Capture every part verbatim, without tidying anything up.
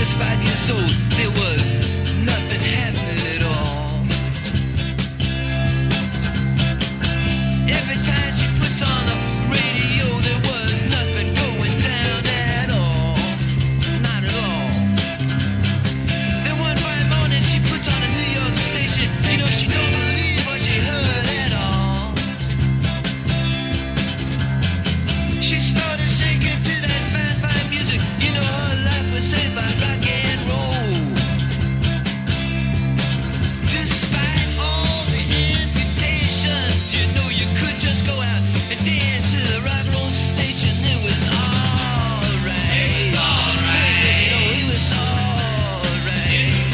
just five years old, there was nothing happening at all. Every time she puts on the radio, there was nothing going down at all. Not at all. Then one fine morning she puts on a New York station. You know she don't believe what she heard at all. She started shaking to that fine, fine music. You know her life was saved by rock and roll. Despite all the invitations, you know you could just go out and dance to the rock and roll station. It was alright. It was alright. No, it was alright. It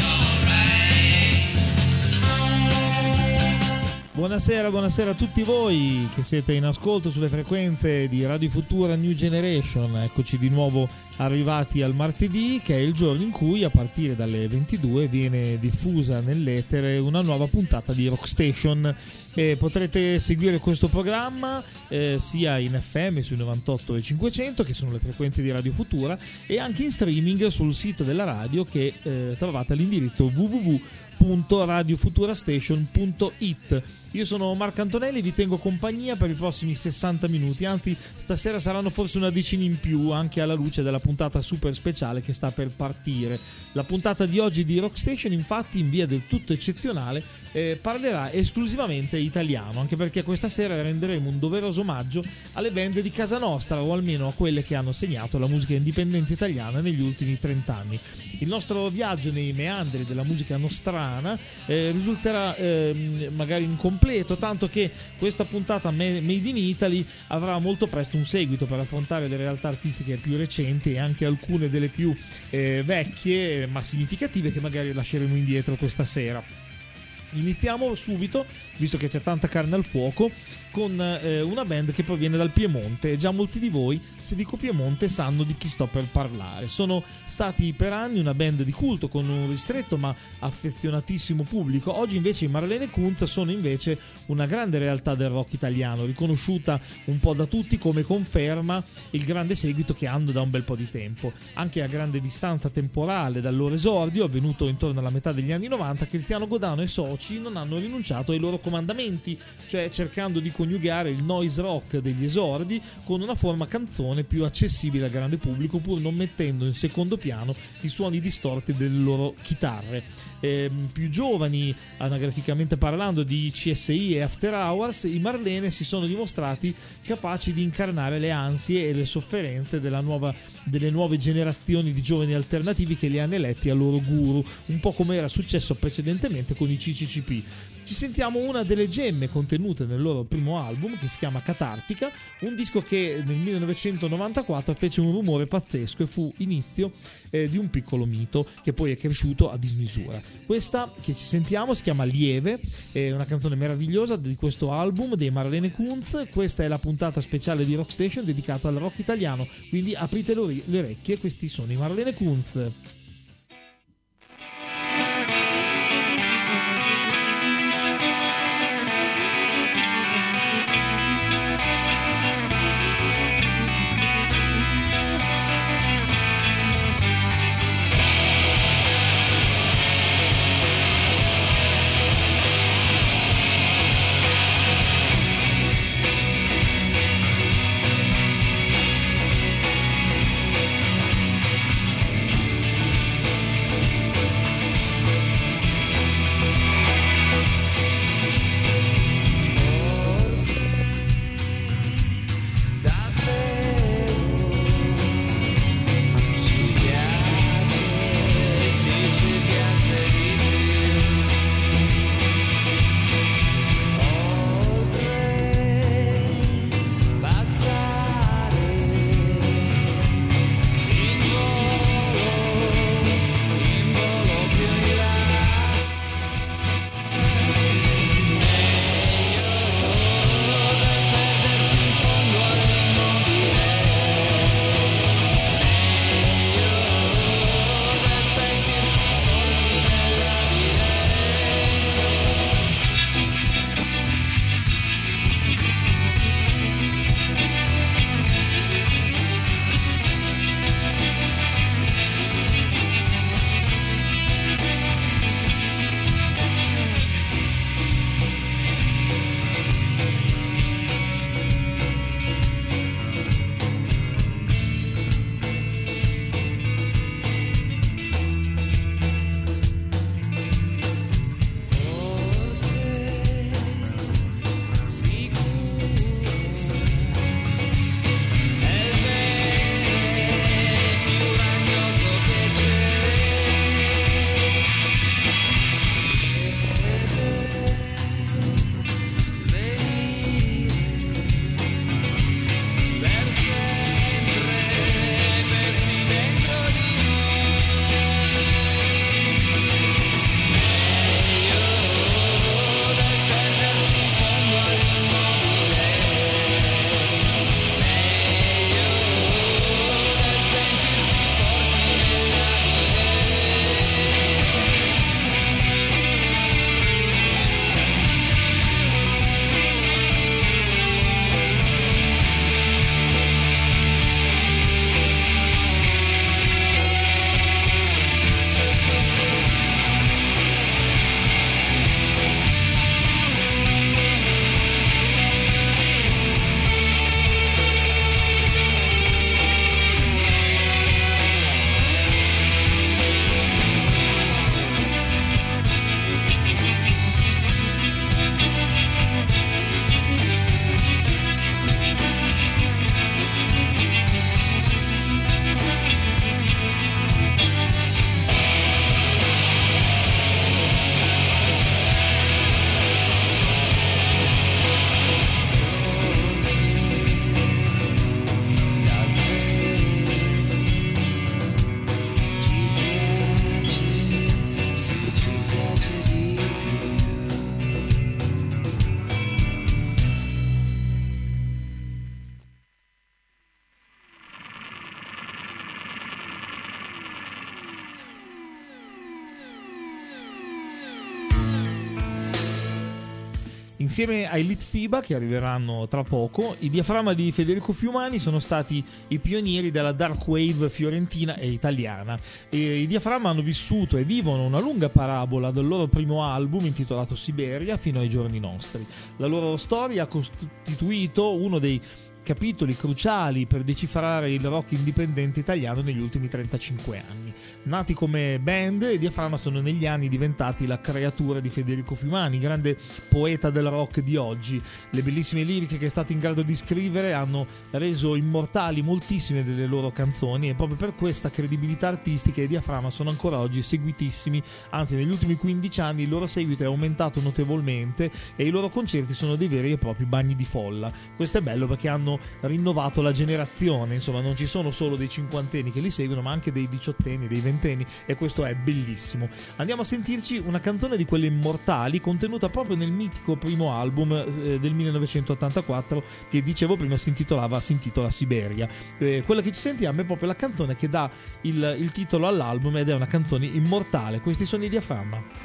was alright. Buonasera, buonasera a tutti voi che siete in ascolto sulle frequenze di Radio Futura New Generation. Eccoci di nuovo arrivati al martedì, che è il giorno in cui a partire dalle ventidue viene diffusa nell'etere una nuova puntata di Rock Station. E potrete seguire questo programma eh, sia in F M sui novantotto e cinquecento, che sono le frequenze di Radio Futura, e anche in streaming sul sito della radio, che eh, trovate all'indirizzo w w w punto radio futura station punto i t. Io sono Marco Antonelli e vi tengo compagnia per i prossimi sessanta minuti, anzi stasera saranno forse una decina in più, anche alla luce della puntata super speciale che sta per partire. La puntata di oggi di Rock Station, infatti, in via del tutto eccezionale, eh, parlerà esclusivamente italiano, anche perché questa sera renderemo un doveroso omaggio alle band di casa nostra, o almeno a quelle che hanno segnato la musica indipendente italiana negli ultimi trent'anni. Il nostro viaggio nei meandri della musica nostrana eh, risulterà eh, magari incompleto, tanto che questa puntata Made in Italy avrà molto presto un seguito per affrontare le realtà artistiche più recenti e anche alcune delle più eh, vecchie ma significative, che magari lasceremo indietro questa sera. Iniziamo subito, visto che c'è tanta carne al fuoco, con eh, una band che proviene dal Piemonte, e già molti di voi, se dico Piemonte, sanno di chi sto per parlare. Sono stati per anni una band di culto con un ristretto ma affezionatissimo pubblico. Oggi invece i Marlene Kunz sono invece una grande realtà del rock italiano, riconosciuta un po' da tutti, come conferma il grande seguito che hanno da un bel po' di tempo. Anche a grande distanza temporale dal loro esordio, avvenuto intorno alla metà degli anni novanta, Cristiano Godano e soci non hanno rinunciato ai loro comandamenti, cioè cercando di coniugare il noise rock degli esordi con una forma canzone più accessibile al grande pubblico, pur non mettendo in secondo piano i suoni distorti delle loro chitarre. Eh, più giovani, anagraficamente parlando, di C S I e After Hours, i Marlene si sono dimostrati capaci di incarnare le ansie e le sofferenze della nuova, delle nuove generazioni di giovani alternativi che li hanno eletti a loro guru, un po' come era successo precedentemente con i C C C P. Ci sentiamo una delle gemme contenute nel loro primo album, che si chiama Catartica, un disco che nel millenovecentonovantaquattro fece un rumore pazzesco e fu inizio eh, di un piccolo mito che poi è cresciuto a dismisura. Questa che ci sentiamo si chiama Lieve, è una canzone meravigliosa di questo album dei Marlene Kunz. Questa è la puntata speciale di Rock Station dedicata al rock italiano, quindi aprite le orecchie, questi sono i Marlene Kunz. Insieme ai Litfiba, che arriveranno tra poco, i Diaframma di Federico Fiumani sono stati i pionieri della dark wave fiorentina e italiana. E i Diaframma hanno vissuto e vivono una lunga parabola del loro primo album intitolato Siberia fino ai giorni nostri. La loro storia ha costituito uno dei capitoli cruciali per decifrare il rock indipendente italiano negli ultimi trentacinque anni. Nati come band, i Diaframma sono negli anni diventati la creatura di Federico Fiumani, grande poeta del rock di oggi. Le bellissime liriche che è stato in grado di scrivere hanno reso immortali moltissime delle loro canzoni, e proprio per questa credibilità artistica i Diaframma sono ancora oggi seguitissimi. Anzi, negli ultimi quindici anni il loro seguito è aumentato notevolmente e i loro concerti sono dei veri e propri bagni di folla. Questo è bello perché hanno rinnovato la generazione, insomma non ci sono solo dei cinquantenni che li seguono, ma anche dei diciottenni, dei ventenni, e questo è bellissimo. Andiamo a sentirci una canzone di quelle immortali contenuta proprio nel mitico primo album eh, del millenovecentottantaquattro, che dicevo prima si intitolava si intitola Siberia. Eh, quella che ci sentiamo è proprio la canzone che dà il, il titolo all'album, ed è una canzone immortale. Questi sono i Diaframma.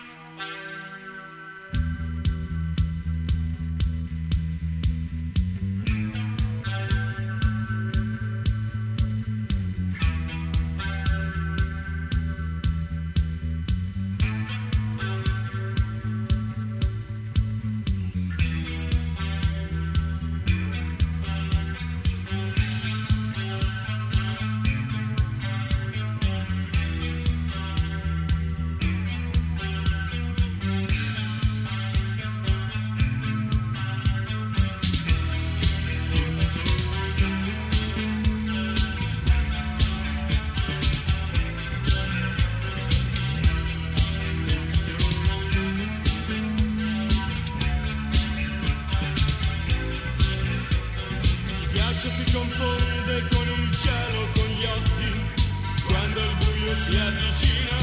Si confonde con il cielo, con gli occhi, quando il buio si avvicina.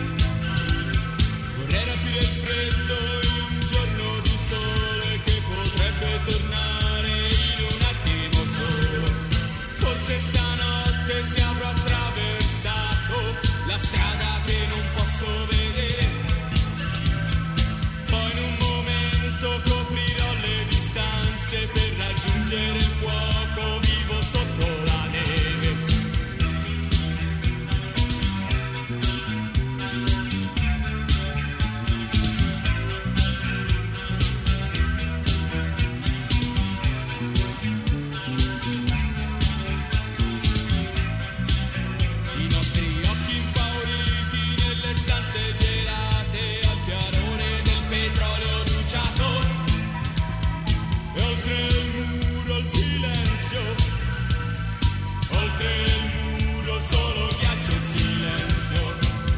Vorrei rapire il freddo in un giorno di sole che potrebbe tornare in un attimo solo. Forse stanotte se avrò attraversato la strada che non posso vedere. Poi in un momento coprirò le distanze per raggiungere il fuoco. Vivo sotto la neve. I nostri occhi impauriti nelle stanze gelate al chiarore del petrolio bruciato. E oltre il muro il silenzio, oltre il muro solo ghiaccio e silenzio.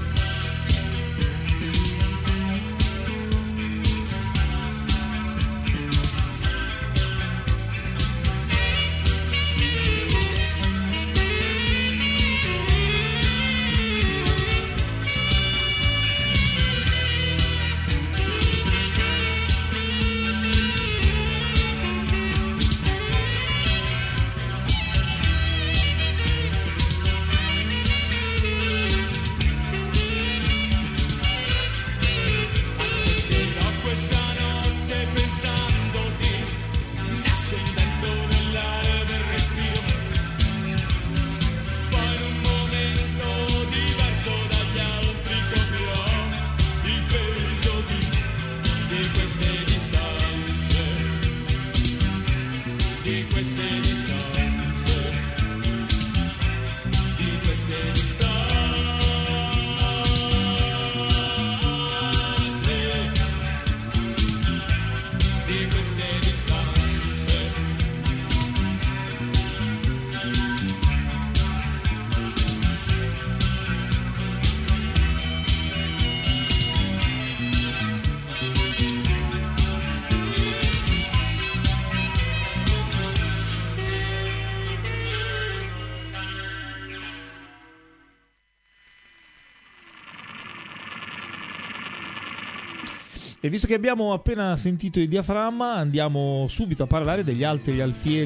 E visto che abbiamo appena sentito i Diaframma, andiamo subito a parlare degli altri alfieri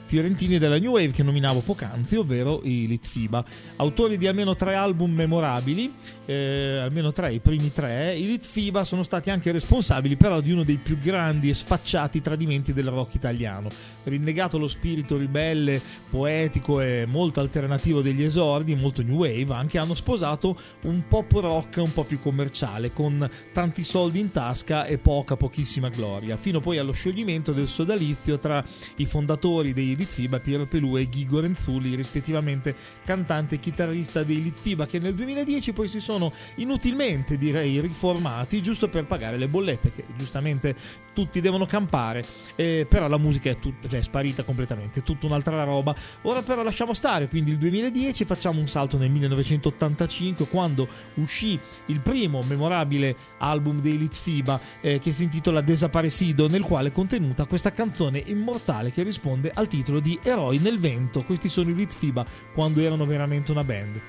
fiorentini della New Wave che nominavo poc'anzi, ovvero i Litfiba. Autori di almeno tre album memorabili, eh, almeno tre, i primi tre, i Litfiba sono stati anche responsabili però di uno dei più grandi e sfacciati tradimenti del rock italiano. Rinnegato lo spirito ribelle, poetico e molto alternativo degli esordi, molto New Wave, anche hanno sposato un pop rock un po' più commerciale, con tanti soldi in tasca e poca, pochissima gloria, fino poi allo scioglimento del sodalizio tra i fondatori dei Litfiba, Piero Pelù e Ghigo Renzulli, rispettivamente cantante e chitarrista dei Litfiba, che nel duemiladieci poi si sono inutilmente, direi, riformati giusto per pagare le bollette che giustamente tutti devono campare, eh, però la musica è tutta, cioè, è sparita completamente, è tutta un'altra roba. Ora però lasciamo stare, quindi il duemiladieci, facciamo un salto nel millenovecentottantacinque, quando uscì il primo memorabile album dei Litfiba, eh, che si intitola Desaparecido, nel quale è contenuta questa canzone immortale che risponde al titolo di Eroi nel vento. Questi sono i Litfiba quando erano veramente una band.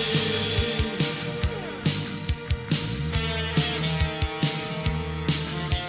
Secoli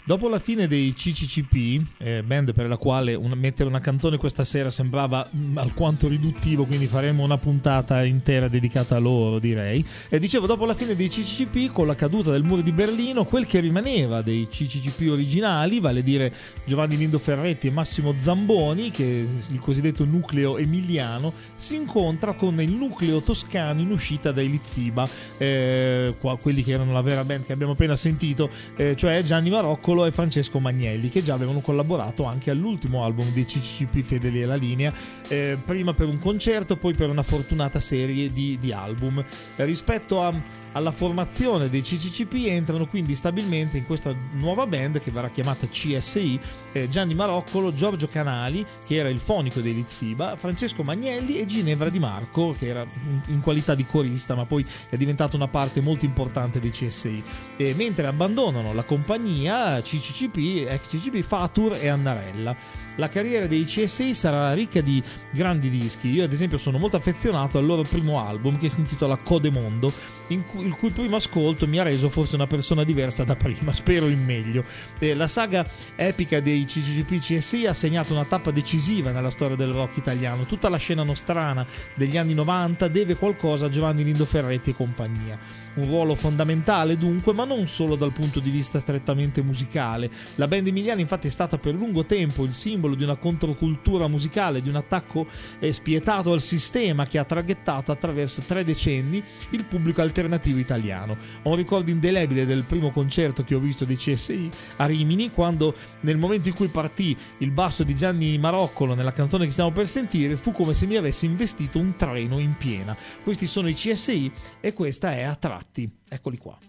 Dopo la fine dei C C C P, eh, band per la quale una, mettere una canzone questa sera sembrava mh, alquanto riduttivo, quindi faremo una puntata intera dedicata a loro, direi. E dicevo, dopo la fine dei C C C P, con la caduta del muro di Berlino, quel che rimaneva dei C C C P originali, vale a dire Giovanni Lindo Ferretti e Massimo Zamboni, che è il cosiddetto nucleo emiliano, si incontra con il nucleo toscano in uscita dai Litfiba, eh, qua, quelli che erano la vera band che abbiamo appena sentito, eh, cioè Gianni Maroccolo e Francesco Magnelli, che già avevano collaborato anche all'ultimo album dei C C C P Fedeli alla linea, eh, prima per un concerto, poi per una fortunata serie di, di album. Eh, rispetto a, alla formazione dei C C C P entrano quindi stabilmente in questa nuova band che verrà chiamata C S I eh, Gianni Maroccolo, Giorgio Canali, che era il fonico dei Litfiba, Francesco Magnelli e Ginevra Di Marco, che era in, in qualità di corista, ma poi è diventata una parte molto importante dei C S I. E mentre abbandonano la compagnia, C C C P, ex C C C P, Fatur e Annarella. La carriera dei C S I sarà ricca di grandi dischi. Io ad esempio sono molto affezionato al loro primo album, che si intitola Codemondo, in cui, il cui primo ascolto mi ha reso forse una persona diversa da prima, spero in meglio. Eh, la saga epica dei C C C P C S I ha segnato una tappa decisiva nella storia del rock italiano. Tutta la scena nostrana degli anni novanta deve qualcosa a Giovanni Lindo Ferretti e compagnia. Un ruolo fondamentale dunque, ma non solo dal punto di vista strettamente musicale. La band emiliana infatti è stata per lungo tempo il simbolo di una controcultura musicale, di un attacco eh, spietato al sistema che ha traghettato attraverso tre decenni il pubblico alternativo italiano. Ho un ricordo indelebile del primo concerto che ho visto dei C S I a Rimini, quando nel momento in cui partì il basso di Gianni Maroccolo nella canzone che stiamo per sentire, fu come se mi avesse investito un treno in piena. Questi sono i C S I e questa è A Tratti. Eccoli qua.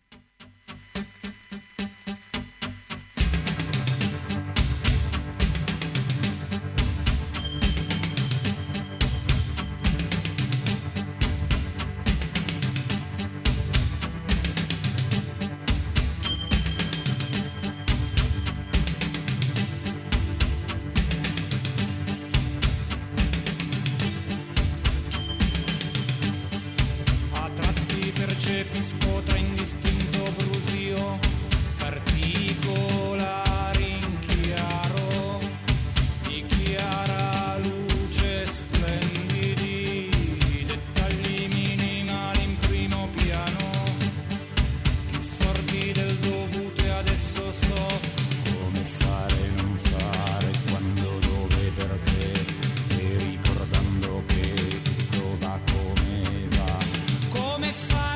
Percepisco tra indistinto brusio particolari in chiaro, di chiara luce splendidi, dettagli minimali in primo piano, più forti del dovuto, e adesso so come fare e non fare, quando, dove, perché, e ricordando che tutto va come va. Come fare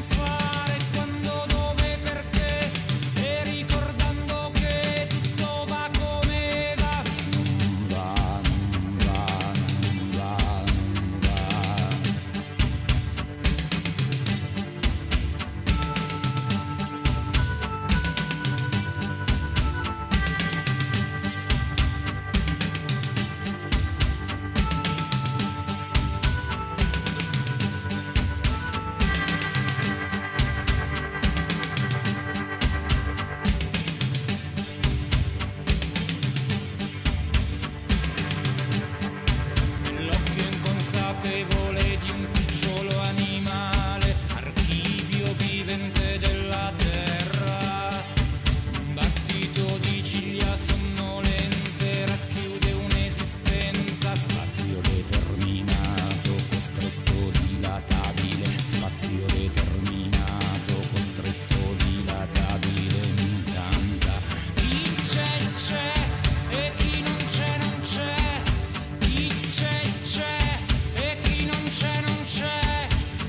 consapevole di un cucciolo animale, archivio vivente della terra, un battito di ciglia sonnolente racchiude un'esistenza, spazio determinato, costretto, dilatabile, spazio determinato, costretto, dilatabile, mi incanta. Chi c'è c'è e chi non c'è non c'è, chi c'è c'è e chi non c'è non c'è.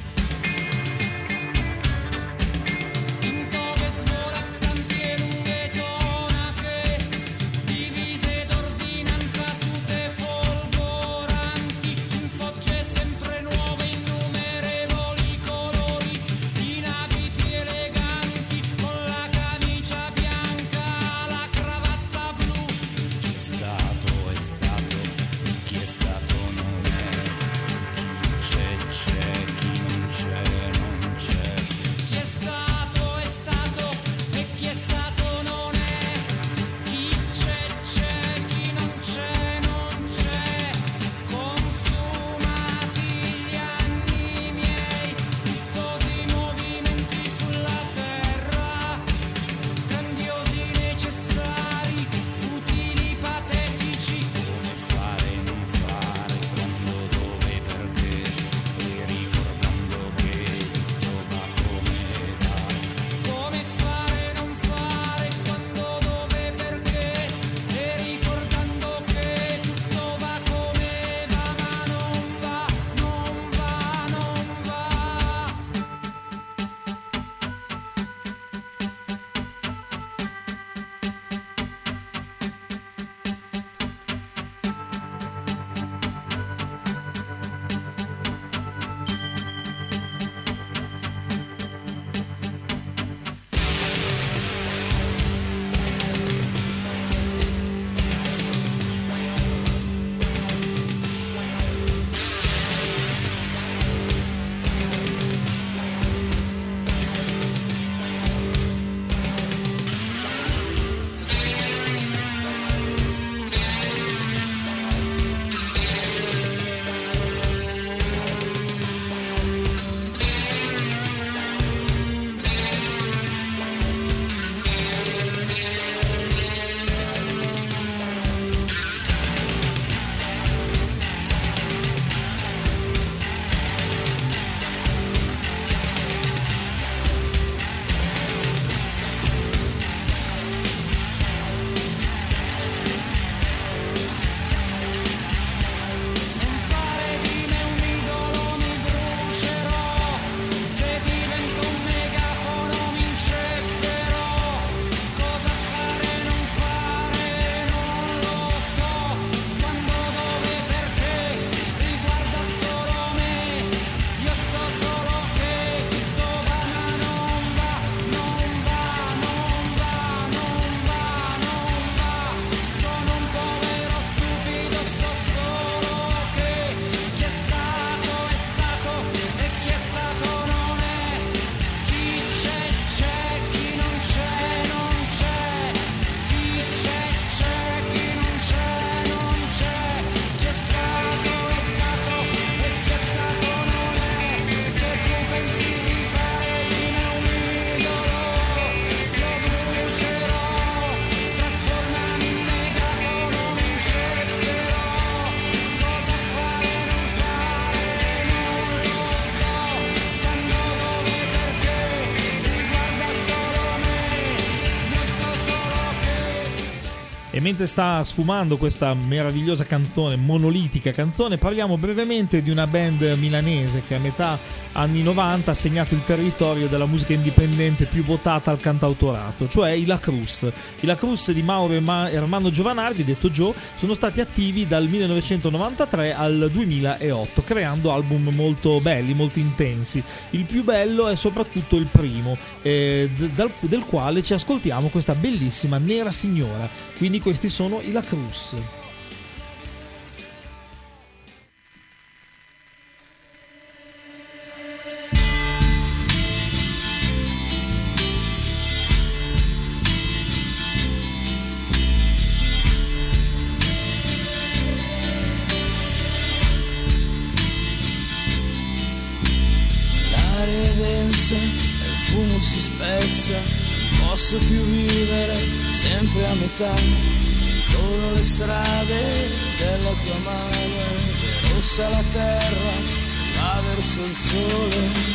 In toghe svolazzanti e lunghe tonache, divise d'ordinanza tutte folgoranti, in fogge sempre nuove, innumerevoli colori, mentre sta sfumando questa meravigliosa canzone, monolitica canzone, parliamo brevemente di una band milanese che a metà anni novanta ha segnato il territorio della musica indipendente più votata al cantautorato, cioè i La Cruz. I La Cruz di Mauro e Ermanno Giovanardi, detto Joe, sono stati attivi dal millenovecentonovantatré al duemilaotto, creando album molto belli, molto intensi. Il più bello è soprattutto il primo, eh, dal, del quale ci ascoltiamo questa bellissima Nera Signora. Quindi questi sono i La Cruz. L'aria è densa e il fumo si spezza, non posso più vivere sempre a metà. Corro le strade della tua mano, è rossa la terra, va verso il sole.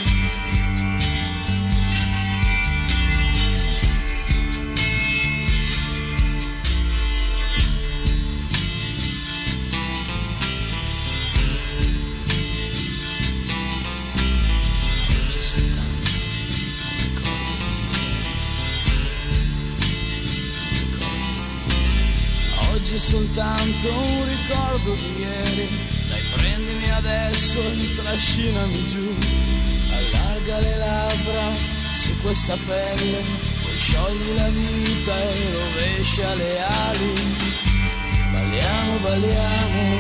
Oggi è soltanto un ricordo di ieri, dai prendimi adesso e trascinami giù, allarga le labbra su questa pelle, poi sciogli la vita e rovescia le ali, balliamo, balliamo,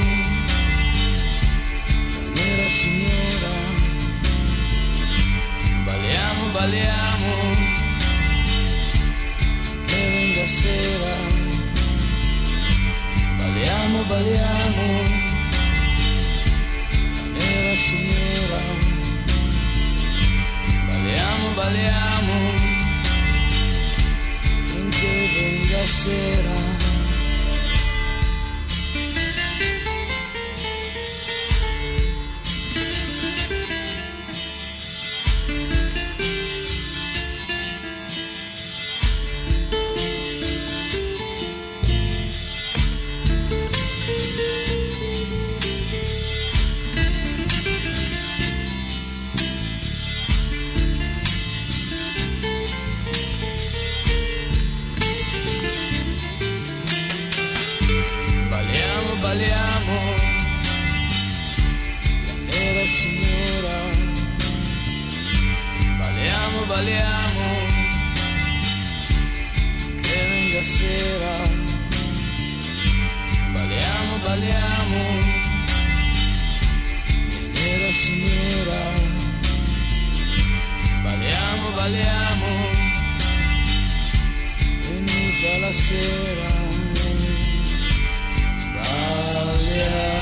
la nera signora, balliamo, balliamo, finché venga sera. Balliamo, balliamo, la nera signora. Balliamo, balliamo, finché venga sera. Balliamo, che venga sera. Balliamo, balliamo, mia nera signora. Balliamo, balliamo, venuta la sera. Balliamo.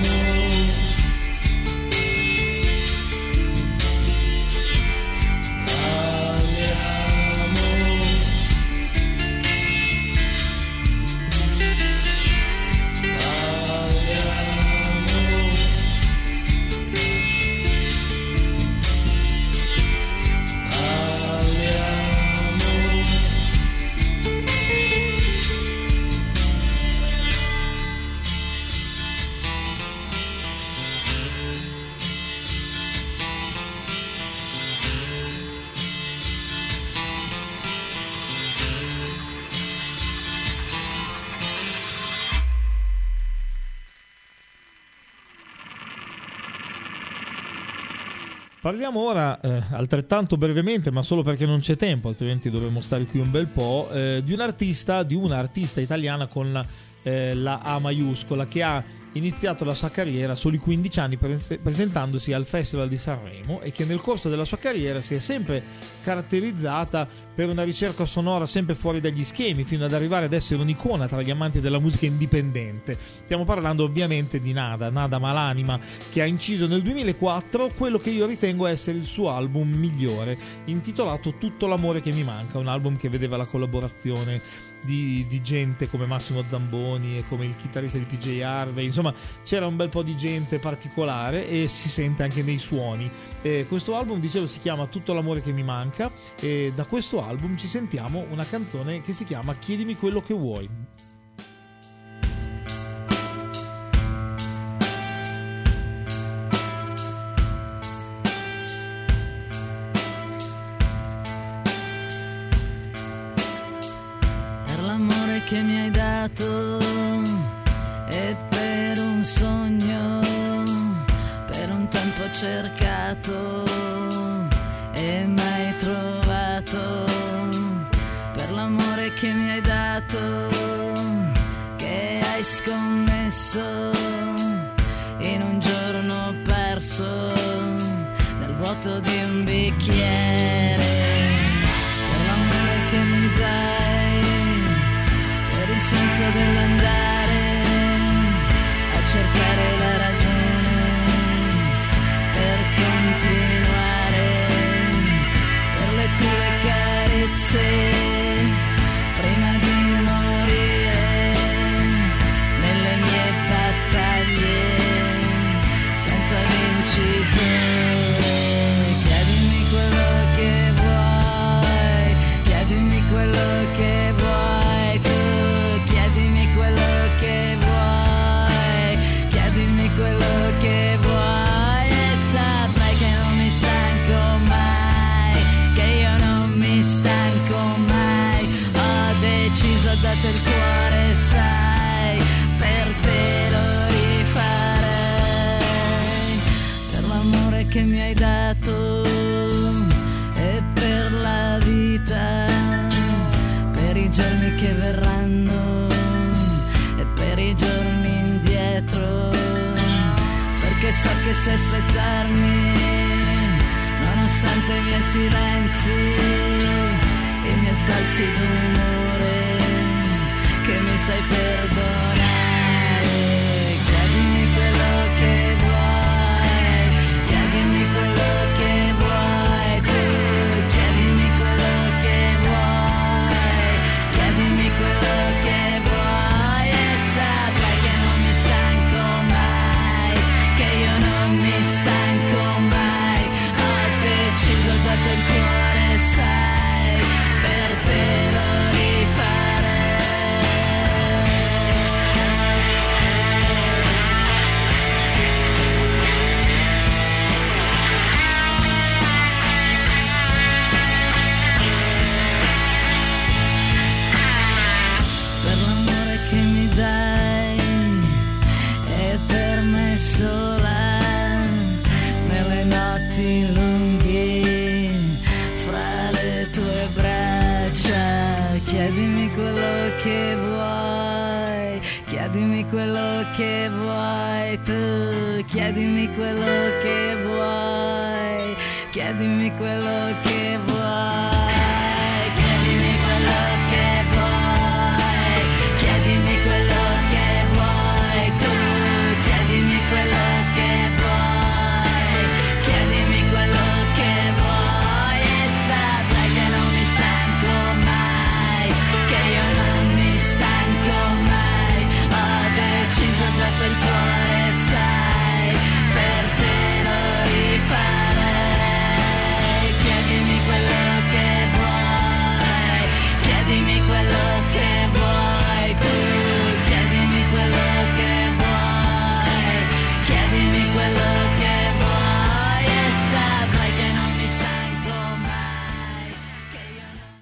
Parliamo ora, eh, altrettanto brevemente, ma solo perché non c'è tempo, altrimenti dovremmo stare qui un bel po', eh, di un artista, di una artista italiana con la, eh, la A maiuscola, che ha iniziato la sua carriera a soli quindici anni pres- presentandosi al Festival di Sanremo, e che nel corso della sua carriera si è sempre caratterizzata per una ricerca sonora sempre fuori dagli schemi, fino ad arrivare ad essere un'icona tra gli amanti della musica indipendente. Stiamo parlando ovviamente di Nada, Nada Malanima, che ha inciso nel duemilaquattro quello che io ritengo essere il suo album migliore, intitolato Tutto l'amore che mi manca, un album che vedeva la collaborazione Di, di gente come Massimo Zamboni e come il chitarrista di P J Harvey. Insomma, c'era un bel po' di gente particolare e si sente anche nei suoni. E questo album, dicevo, si chiama Tutto l'amore che mi manca, e da questo album ci sentiamo una canzone che si chiama Chiedimi quello che vuoi. che mi hai dato e per un sogno, per un tempo cercato e mai trovato, per l'amore che mi hai dato, che hai scommesso in un giorno perso nel vuoto di un bicchiere, per l'amore che mi dai, per il senso dell'andare a cercare la ragione, per continuare, per le tue carezze prima di morire nelle mie battaglie senza vincitore. Chiedimi quello che vuoi, chiedimi quello che vuoi tu, chiedimi quello che vuoi, chiedimi quello che vuoi e saprai che non mi stanco mai, che io non mi stanco mai. Ho deciso, dato il cuore, sai, per te lo rifarei, per l'amore che mi hai dato e per la vita, per i giorni che verranno e per i giorni indietro, perché so che sai aspettarmi nonostante i miei silenzi, i miei sbalzi d'umore, che mi sai perdonare. Chiedimi quello che vuoi, chiedimi quello che vuoi tu, chiedimi quello che vuoi, chiedimi quello che vuoi e saprai che non mi stanco mai, che io non mi stanco mai. Ho deciso, dato il cuore, sai, per te lo rifarei. Per l'amore che mi dai e per me sola nelle notti lunghe fra le tue braccia. Chiedimi quello che vuoi, chiedimi quello che vuoi tu, chiedimi quello che vuoi, chiedimi quello che vuoi, chiedimi quello che vuoi, chiedimi quello che vuoi tu, chiedimi quello che vuoi, chiedimi quello che vuoi e saprai che non mi stanco mai, che io non mi stanco mai. Ho deciso, dato il cuore, sai, per te lo rifarei. Chiedimi quello che vuoi, chiedimi quello che vuoi tu, chiedimi quello che vuoi, chiedimi quello che vuoi e saprai che non mi stanco mai, che io non...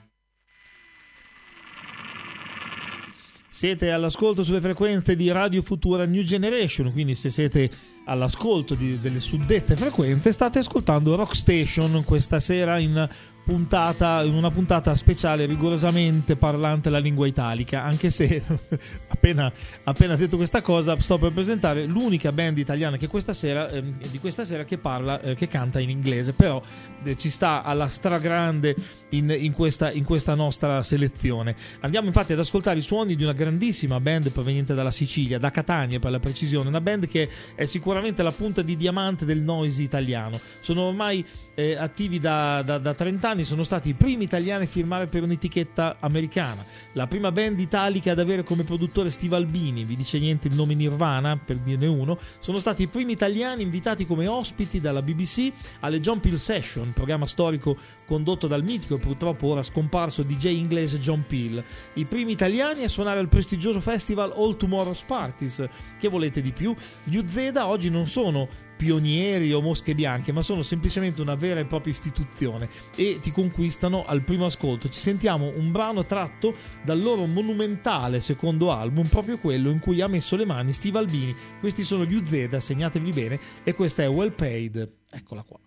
Siete all'ascolto sulle frequenze di Radio Futura New Generation, quindi se siete all'ascolto di, delle suddette frequenze state ascoltando Rock Station questa sera in puntata, in una puntata speciale rigorosamente parlante la lingua italica, anche se appena, appena detto questa cosa sto per presentare l'unica band italiana che questa sera, eh, di questa sera che parla, eh, che canta in inglese, però eh, ci sta alla stragrande in, in, questa, in questa nostra selezione. Andiamo infatti ad ascoltare i suoni di una grandissima band proveniente dalla Sicilia, da Catania per la precisione, una band che è sicuramente la punta di diamante del noise italiano. Sono ormai eh, attivi da, da, da trenta anni, sono stati i primi italiani a firmare per un'etichetta americana, la prima band italica ad avere come produttore Steve Albini, vi dice niente il nome Nirvana per dirne uno, sono stati i primi italiani invitati come ospiti dalla B B C alle John Peel Session, programma storico condotto dal mitico e purtroppo ora scomparso D J inglese John Peel, i primi italiani a suonare al prestigioso festival All Tomorrow's Parties. Che volete di più? Gli Uzzeda oggi non sono pionieri o mosche bianche, ma sono semplicemente una vera e propria istituzione e ti conquistano al primo ascolto. Ci sentiamo un brano tratto dal loro monumentale secondo album, proprio quello in cui ha messo le mani Steve Albini. Questi sono gli U Z, segnatevi bene, e questa è Well Paid. Eccola qua.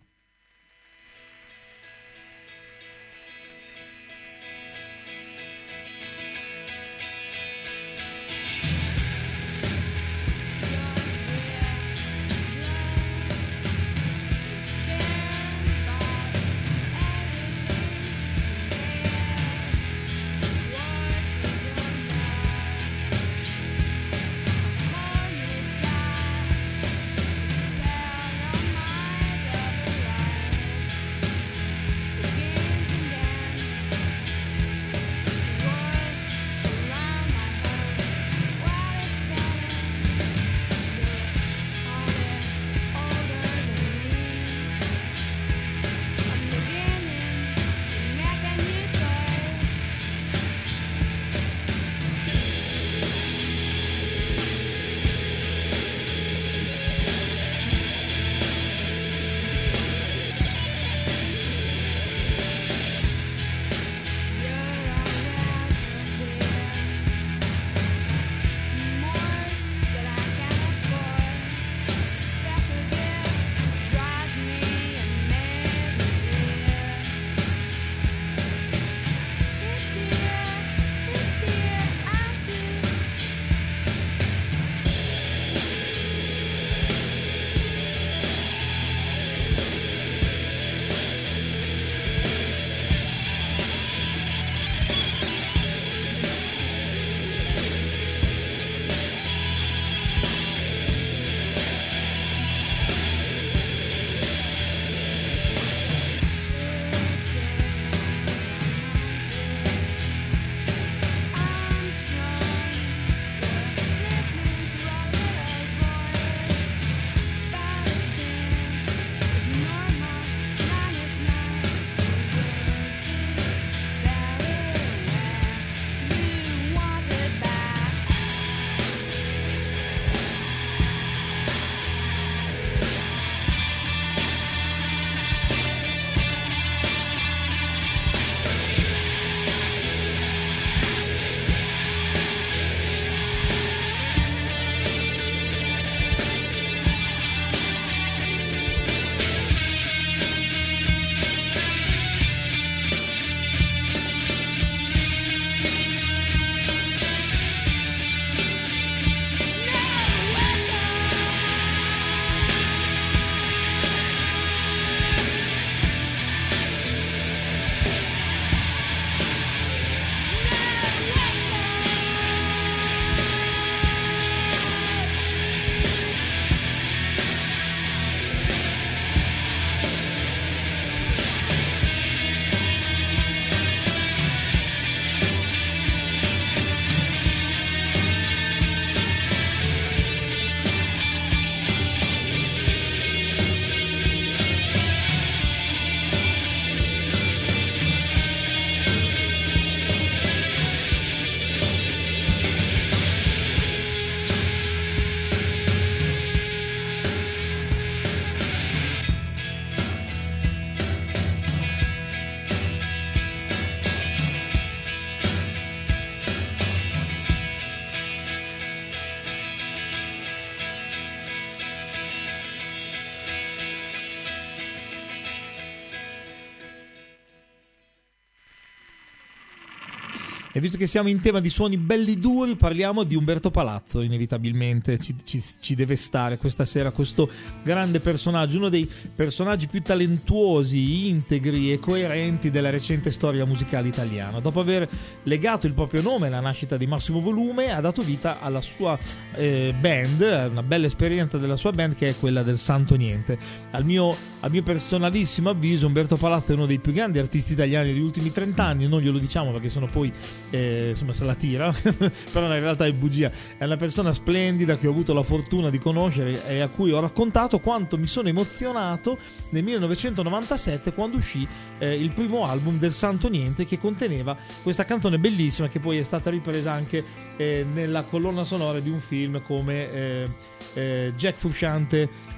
E visto che siamo in tema di suoni belli duri, parliamo di Umberto Palazzo, inevitabilmente ci, ci, ci deve stare questa sera questo grande personaggio, uno dei personaggi più talentuosi, integri e coerenti della recente storia musicale italiana. Dopo aver legato il proprio nome alla nascita di Massimo Volume, ha dato vita alla sua eh, band, una bella esperienza della sua band, che è quella del Santo Niente. Al mio, al mio personalissimo avviso, Umberto Palazzo è uno dei più grandi artisti italiani degli ultimi trent'anni, non glielo diciamo perché sono poi Eh, insomma se la tira però in realtà è bugia. È una persona splendida che ho avuto la fortuna di conoscere e a cui ho raccontato quanto mi sono emozionato nel millenovecentonovantasette quando uscì eh, il primo album del Santo Niente, che conteneva questa canzone bellissima che poi è stata ripresa anche eh, nella colonna sonora di un film come eh, eh, Jack Frusciante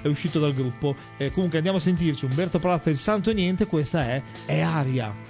è uscito dal gruppo. Eh, comunque andiamo a sentirci Umberto Plazza, Il Santo e Niente, questa è È Aria.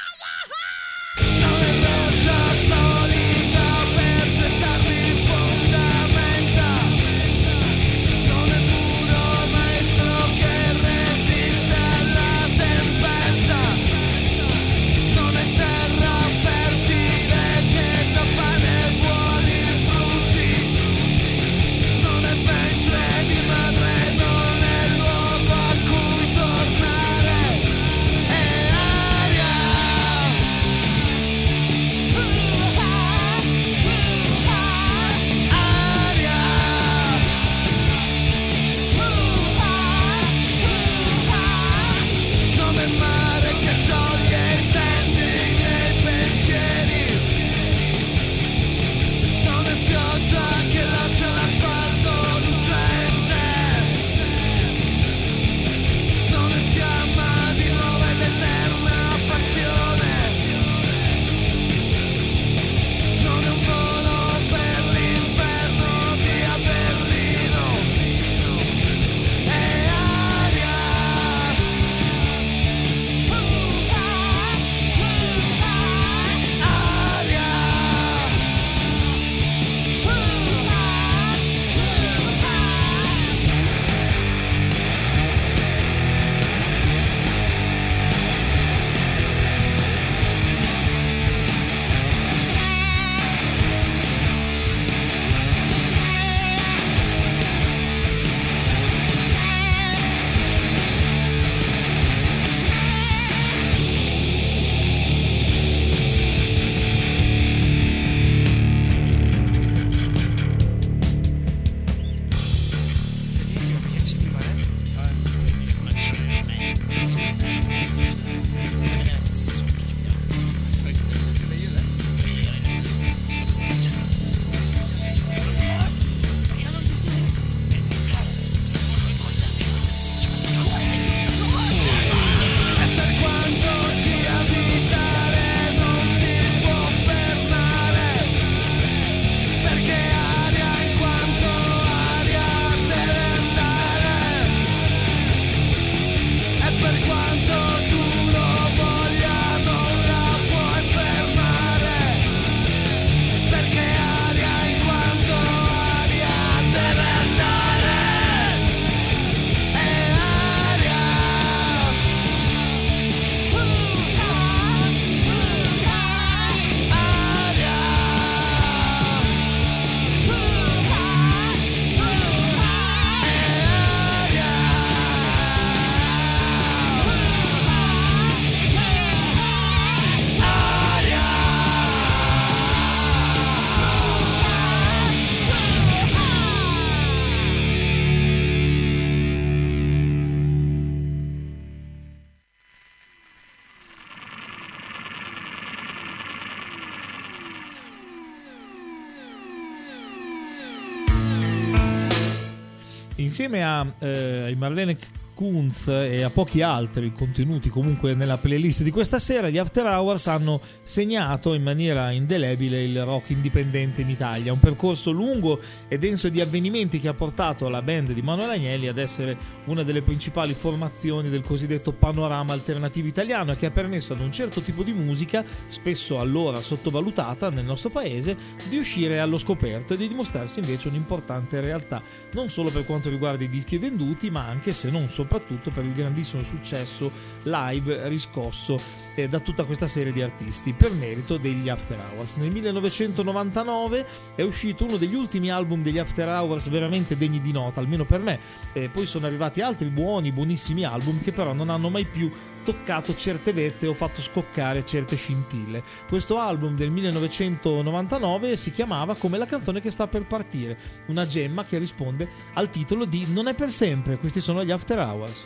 Insieme a, eh, ai Marlene Kunz e a pochi altri contenuti comunque nella playlist di questa sera, gli After Hours hanno segnato in maniera indelebile il rock indipendente in Italia, un percorso lungo e denso di avvenimenti che ha portato la band di Manuel Agnelli ad essere una delle principali formazioni del cosiddetto panorama alternativo italiano e che ha permesso ad un certo tipo di musica, spesso allora sottovalutata nel nostro paese, di uscire allo scoperto e di dimostrarsi invece un'importante realtà, non solo per quanto riguarda i dischi venduti, ma anche, se non soprattutto, per il grandissimo successo live riscosso eh, da tutta questa serie di artisti, per merito degli After Hours. Nel millenovecentonovantanove è uscito uno degli ultimi album degli After Hours veramente degni di nota, almeno per me, e poi sono arrivati altri buoni, buonissimi album che però non hanno mai più toccato certe vette o fatto scoccare certe scintille. Questo album del millenovecentonovantanove si chiamava come la canzone che sta per partire, una gemma che risponde al titolo di Non è per sempre. Questi sono gli After Hours.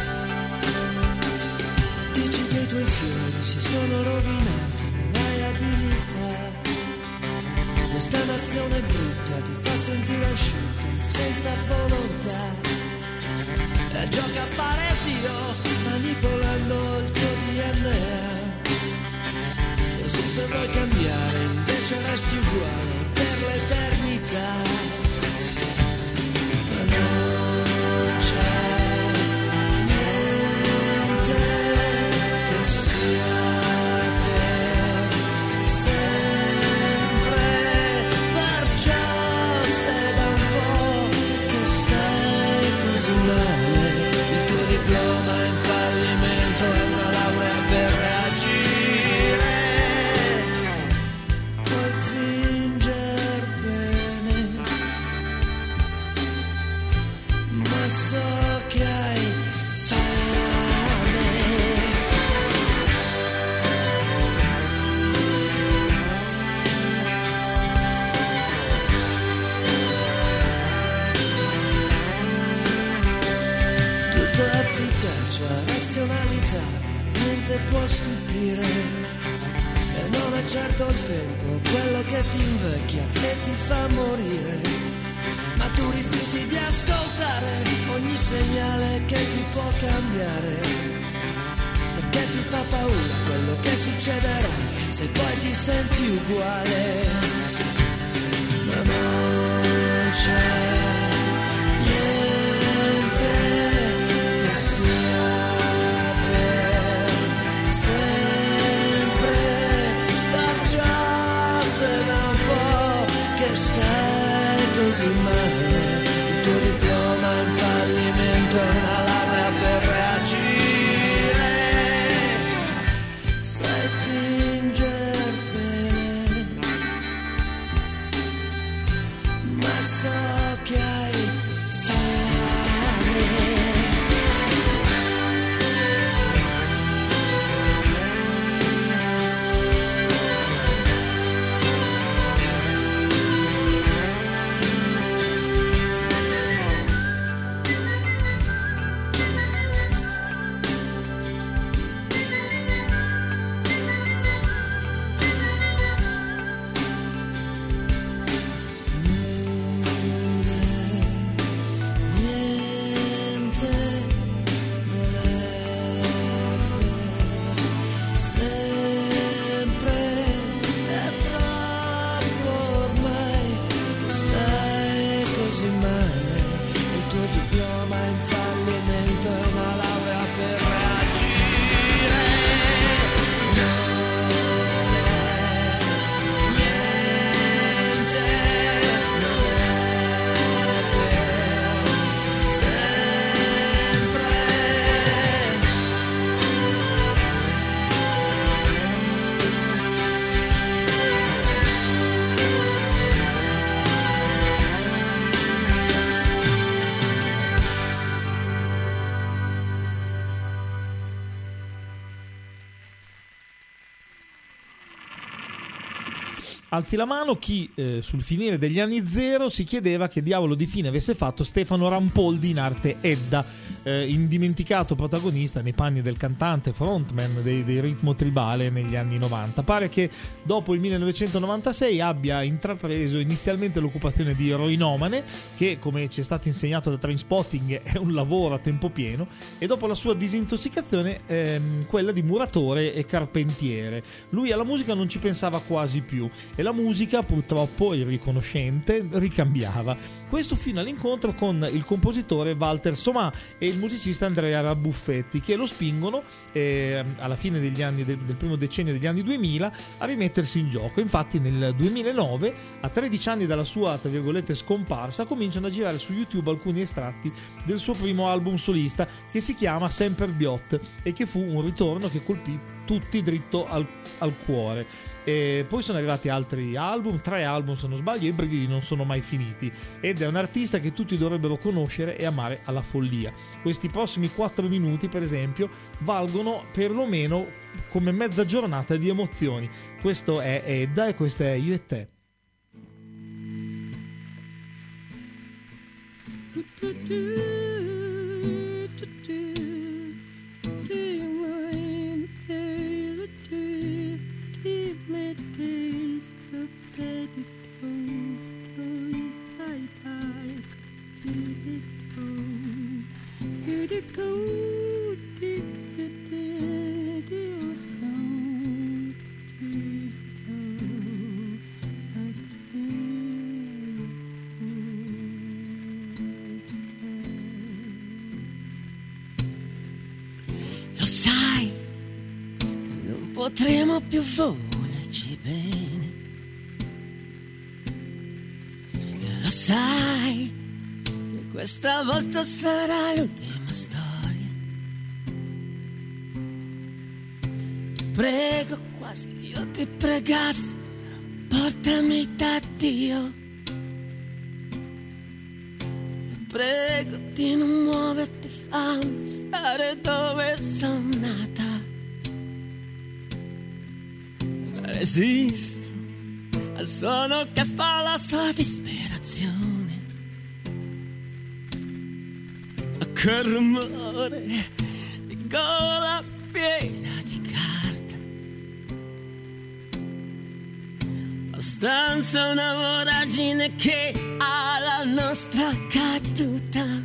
Dici che i tuoi fiori si sono rovinati, non hai abito situazione brutta ti fa sentire asciutta senza volontà. E gioca a fare Dio manipolando il tuo D N A. Così se vuoi cambiare invece resti uguale per l'eternità. Ma non c'è niente che sia per sempre, perciò se da un po' che stai così male, il tuo diploma è in fallimento e una laurea per reagire, puoi finger bene, ma so che hai fame. Tutto è efficacia, razionalità, niente può stupire. E non è certo il tempo quello che ti invecchia e ti fa morire. Ma tu rifiuti di ascoltare ogni segnale che ti può cambiare, perché ti fa paura quello che succederà se poi ti senti uguale. Ma non c'è niente che sia per sempre, perciò se da un po' che stai così male, il tuo diploma è in fallimento e una laurea per reagire, sai finger bene, ma so che hai fame. Niente non è per sempre, è troppo ormai che stai così male, il tuo diploma è in fallimento e una laurea per reagire, non è niente, non è per sempre. Alzi la mano chi eh, sul finire degli anni zero si chiedeva che diavolo di fine avesse fatto Stefano Rampoldi in arte Edda, eh, indimenticato protagonista nei panni del cantante frontman dei, dei Ritmo Tribale negli anni novanta. Pare che dopo il millenovecentonovantasei abbia intrapreso inizialmente l'occupazione di eroinomane, che come ci è stato insegnato da Trainspotting è un lavoro a tempo pieno, e dopo la sua disintossicazione ehm, quella di muratore e carpentiere. Lui alla musica non ci pensava quasi più e la musica, purtroppo irriconoscente, ricambiava. Questo fino all'incontro con il compositore Walter Somà e il musicista Andrea Rabuffetti, che lo spingono eh, alla fine degli anni del, del primo decennio degli anni duemila a rimettersi in gioco. Infatti nel duemilanove, a tredici anni dalla sua tra virgolette scomparsa, cominciano a girare su YouTube alcuni estratti del suo primo album solista, che si chiama Semper Biot, e che fu un ritorno che colpì tutti dritto al, al cuore. E poi sono arrivati altri album, tre album se non sbaglio, e i brividi non sono mai finiti, ed è un artista che tutti dovrebbero conoscere e amare alla follia. Questi prossimi quattro minuti, per esempio, valgono perlomeno come mezza giornata di emozioni. Questo è Edda e questo è Io e te. Taste the baby blues. Lo sai, non potremo più volerci bene. Lo sai, che questa volta sarà l'ultima storia. Ti prego, quasi io ti pregassi, portami da Dio. Ti prego di non muoverti, fammi stare dove sono nata. Resisto al suono che fa la sua disperazione, a quel rumore di gola piena di carta. La stanza è una voragine che ha la nostra caduta.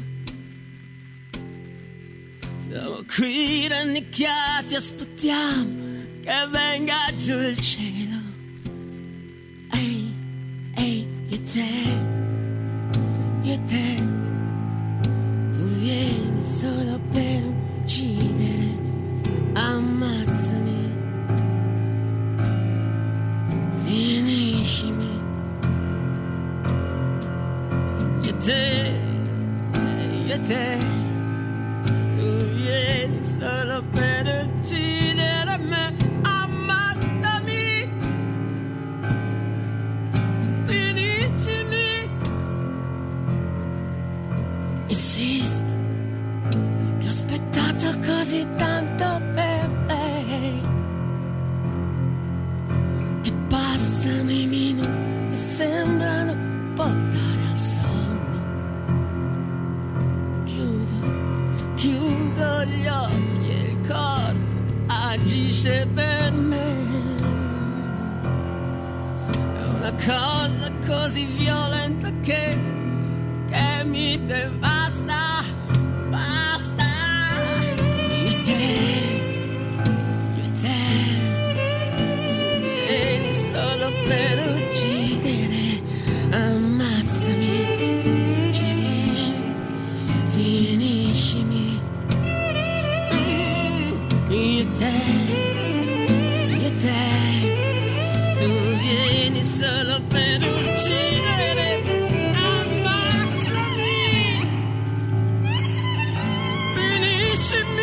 Siamo qui rannicchiati, aspettiamo che venga giù il cielo. Ehi, ehi, io te, io te, tu vieni solo per uccidere, ammazzami, finiscimi. Io te, io te, tu vieni solo per uccidere me, ammazzami, finiscimi. Insisto, perché ho aspettato così tanto per lei, che passano i minuti e sembrano portare al sonno. Chiudo, chiudo gli occhi e il corpo agisce per me. È una cosa così violenta che, che mi devasta, basta. Io e te, io e te, tu vieni solo per uccidere, ammazzami, se ci riesci, finiscimi. Io e te, io e te, tu vieni solo per uccidere, ammazzami, finiscimi.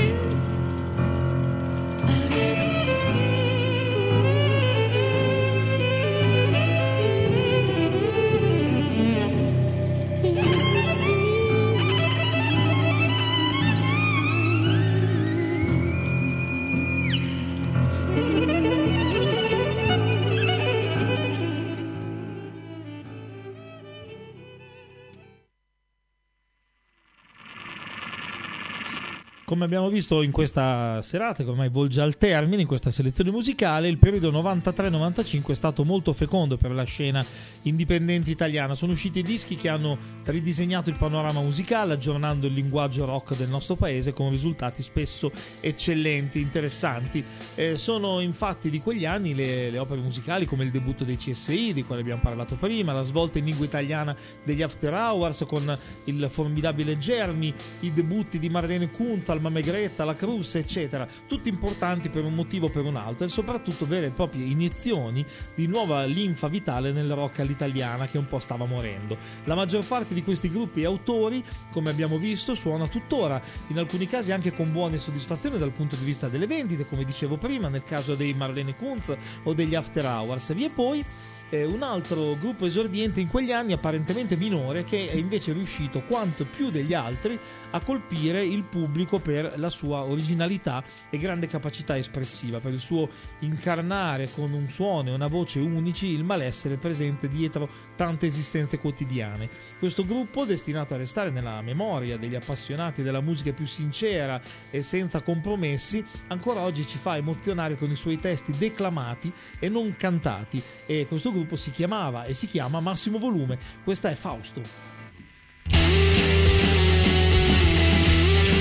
Come abbiamo visto in questa serata, che ormai volge al termine, in questa selezione musicale, il periodo novantatré novantacinque è stato molto fecondo per la scena indipendente italiana. Sono usciti dischi che hanno ridisegnato il panorama musicale, aggiornando il linguaggio rock del nostro paese, con risultati spesso eccellenti, interessanti. Eh, sono infatti di quegli anni le, le opere musicali come il debutto dei C S I, di cui abbiamo parlato prima, la svolta in lingua italiana degli After Hours con il formidabile Germi, i debutti di Marlene Kunz, Alma Megretta, La Cruz, eccetera, tutti importanti per un motivo o per un altro, e soprattutto vere e proprie iniezioni di nuova linfa vitale nel rock all'italiana che un po' stava morendo. La maggior parte di questi gruppi e autori, come abbiamo visto, suona tuttora, in alcuni casi anche con buone soddisfazioni dal punto di vista delle vendite, come dicevo prima, nel caso dei Marlene Kunz o degli After Hours. Vi è poi Eh, un altro gruppo esordiente in quegli anni, apparentemente minore, che è invece riuscito quanto più degli altri a colpire il pubblico per la sua originalità e grande capacità espressiva, per il suo incarnare con un suono e una voce unici il malessere presente dietro tante esistenze quotidiane. Questo gruppo, destinato a restare nella memoria degli appassionati della musica più sincera e senza compromessi, ancora oggi ci fa emozionare con i suoi testi declamati e non cantati, e questo gruppo si chiamava e si chiama Massimo Volume. Questa è Fausto.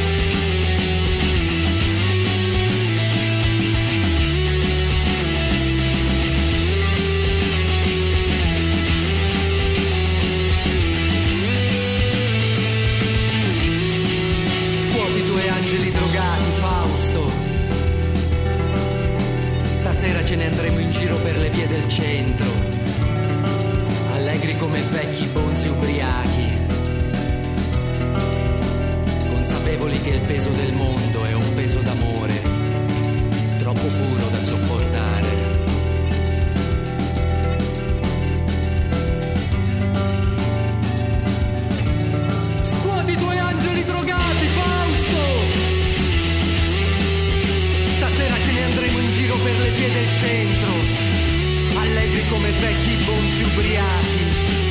giro per le vie del centro, allegri come vecchi bonzi ubriachi, consapevoli che il peso del mondo è un peso d'amore, troppo puro da sopportare. Scuoti i tuoi angeli drogati, Fausto! Stasera ce ne andremo in giro per le vie del centro, allegri come vecchi bonzi ubriachi,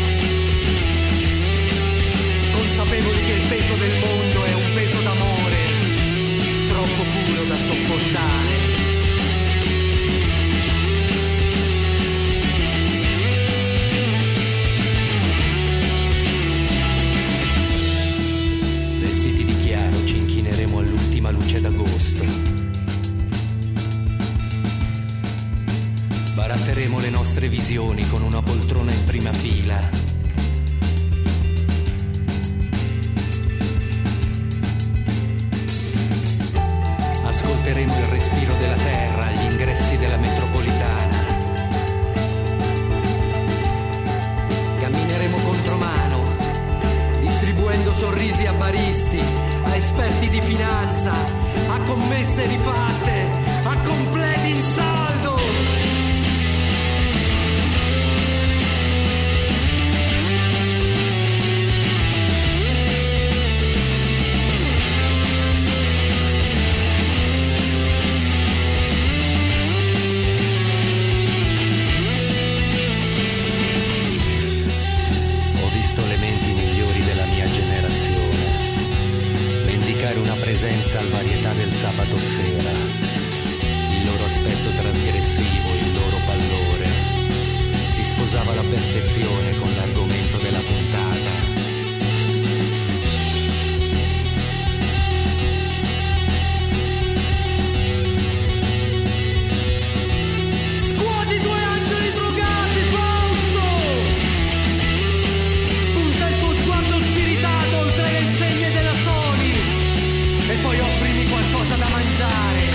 consapevoli che il peso del mondo è un peso d'amore, troppo puro da sopportare. Vestiti di chiaro ci inchineremo all'ultima luce d'agosto, baratteremo le nostre visioni con una poltrona in prima fila. Ascolteremo il respiro della terra agli ingressi della metropolitana. Cammineremo contromano, distribuendo sorrisi a baristi, a esperti di finanza, a commesse rifatte, a completi in saldo. Presenza al varietà del sabato sera, il loro aspetto trasgressivo, il loro pallore, si sposava alla perfezione con l'argomento della puntata. Scuoti i tuoi angeli drogati, Fausto! Punta il tuo sguardo spiritato oltre le insegne della Sony e poi offrimi qualcosa da mangiare.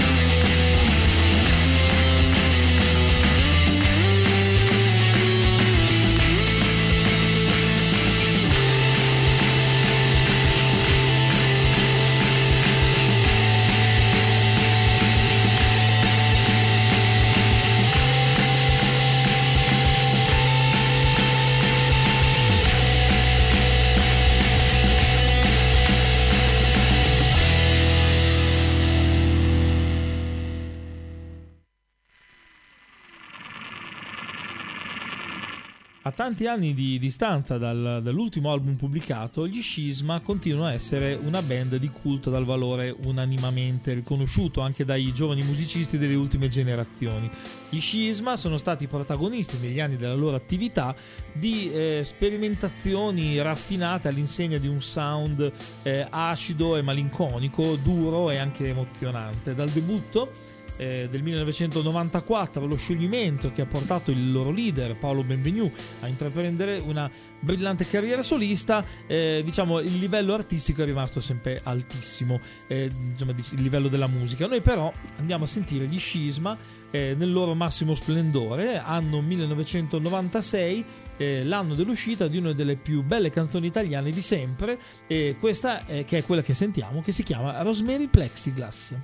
A tanti anni di distanza dal, dall'ultimo album pubblicato, gli Scisma continuano a essere una band di culto dal valore unanimamente riconosciuto anche dai giovani musicisti delle ultime generazioni. Gli Scisma sono stati protagonisti negli anni della loro attività di eh, sperimentazioni raffinate all'insegna di un sound eh, acido e malinconico, duro e anche emozionante. Dal debutto Eh, del millenovecentonovantaquattro, lo scioglimento che ha portato il loro leader Paolo Benvenu a intraprendere una brillante carriera solista, eh, diciamo il livello artistico è rimasto sempre altissimo, eh, insomma, il livello della musica. Noi però andiamo a sentire gli Scisma eh, nel loro massimo splendore, anno millenovecentonovantasei, eh, l'anno dell'uscita di una delle più belle canzoni italiane di sempre, e questa è, che è quella che sentiamo, che si chiama Rosemary Plexiglass.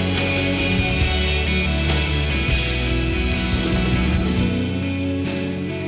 Fino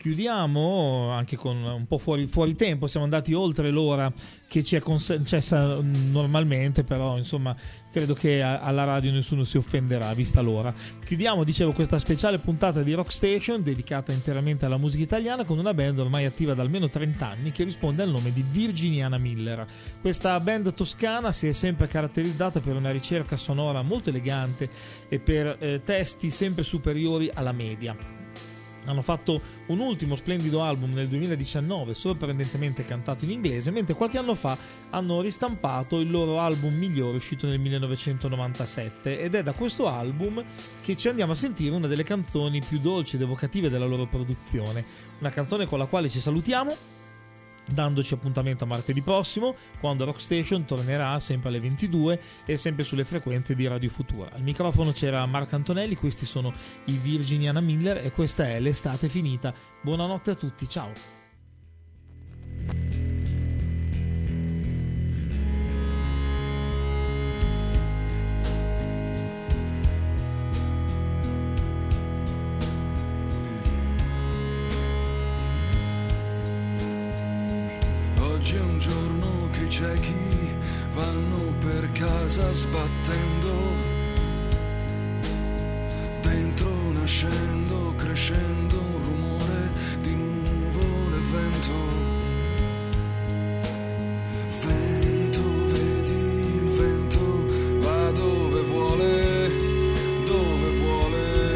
chiudiamo anche con un po' fuori, fuori tempo, siamo andati oltre l'ora che ci è concessa normalmente, però insomma credo che a, alla radio nessuno si offenderà vista l'ora. Chiudiamo, dicevo, questa speciale puntata di Rock Station dedicata interamente alla musica italiana con una band ormai attiva da almeno trenta anni che risponde al nome di Virginiana Miller. Questa band toscana si è sempre caratterizzata per una ricerca sonora molto elegante e per eh, testi sempre superiori alla media. Hanno fatto un ultimo splendido album nel duemiladiciannove, sorprendentemente cantato in inglese, mentre qualche anno fa hanno ristampato il loro album migliore uscito nel millenovecentonovantasette, ed è da questo album che ci andiamo a sentire una delle canzoni più dolci ed evocative della loro produzione, una canzone con la quale ci salutiamo, dandoci appuntamento a martedì prossimo, quando Rock Station tornerà sempre alle ventidue e sempre sulle frequenze di Radio Futura. Al microfono c'era Marco Antonelli, questi sono i Virginiana Miller e questa è L'estate finita. Buonanotte a tutti, ciao! Oggi è un giorno che i ciechi vanno per casa sbattendo, dentro nascendo, crescendo un rumore di nuvole e vento. Vento, vedi il vento, va dove vuole, dove vuole.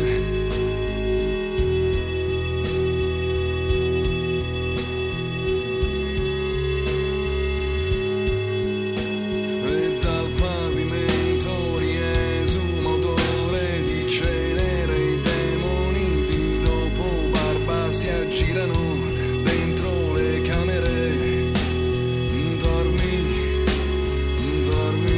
Si aggirano dentro le camere, dormi, dormi.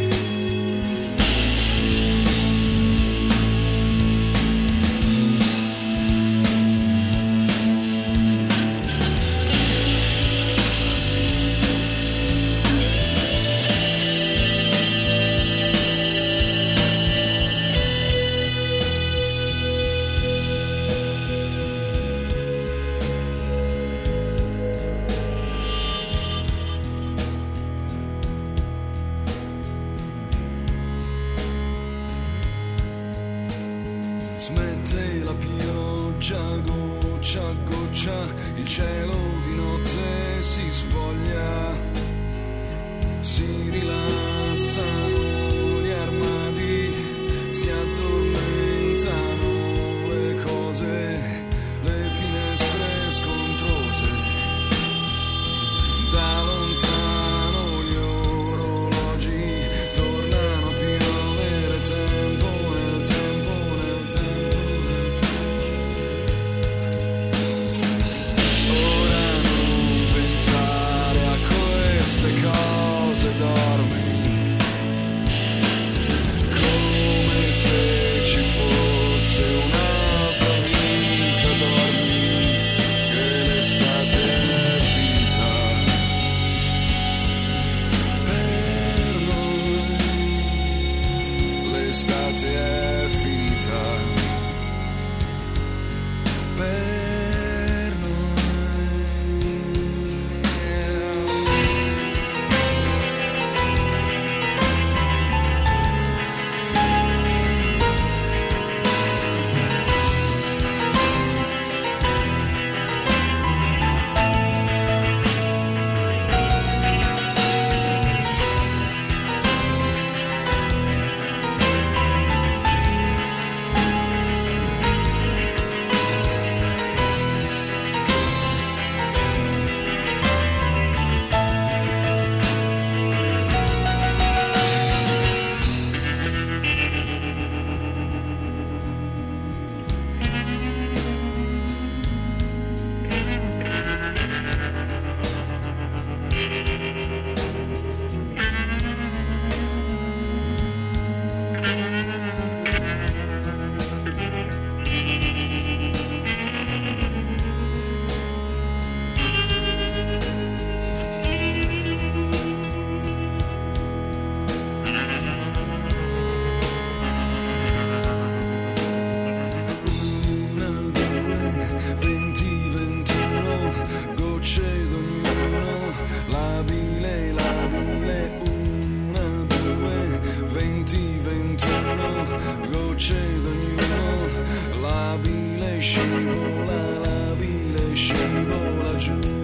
Smette la pioggia, goccia a goccia, il cielo di notte si spoglia, si rilassano gli armadi, si addormentano le cose, le finestre scontrose, da lontano gli orologi tornano a piovere tempo nel tempo. Queste cose dormi, come se ci fosse un'altra vita, dormi, che l'estate è finita, per noi l'estate è finita, per noi. labile, labile, una, due, venti, ventuno, gocce d'ognuno, labile scivola, labile scivola giù.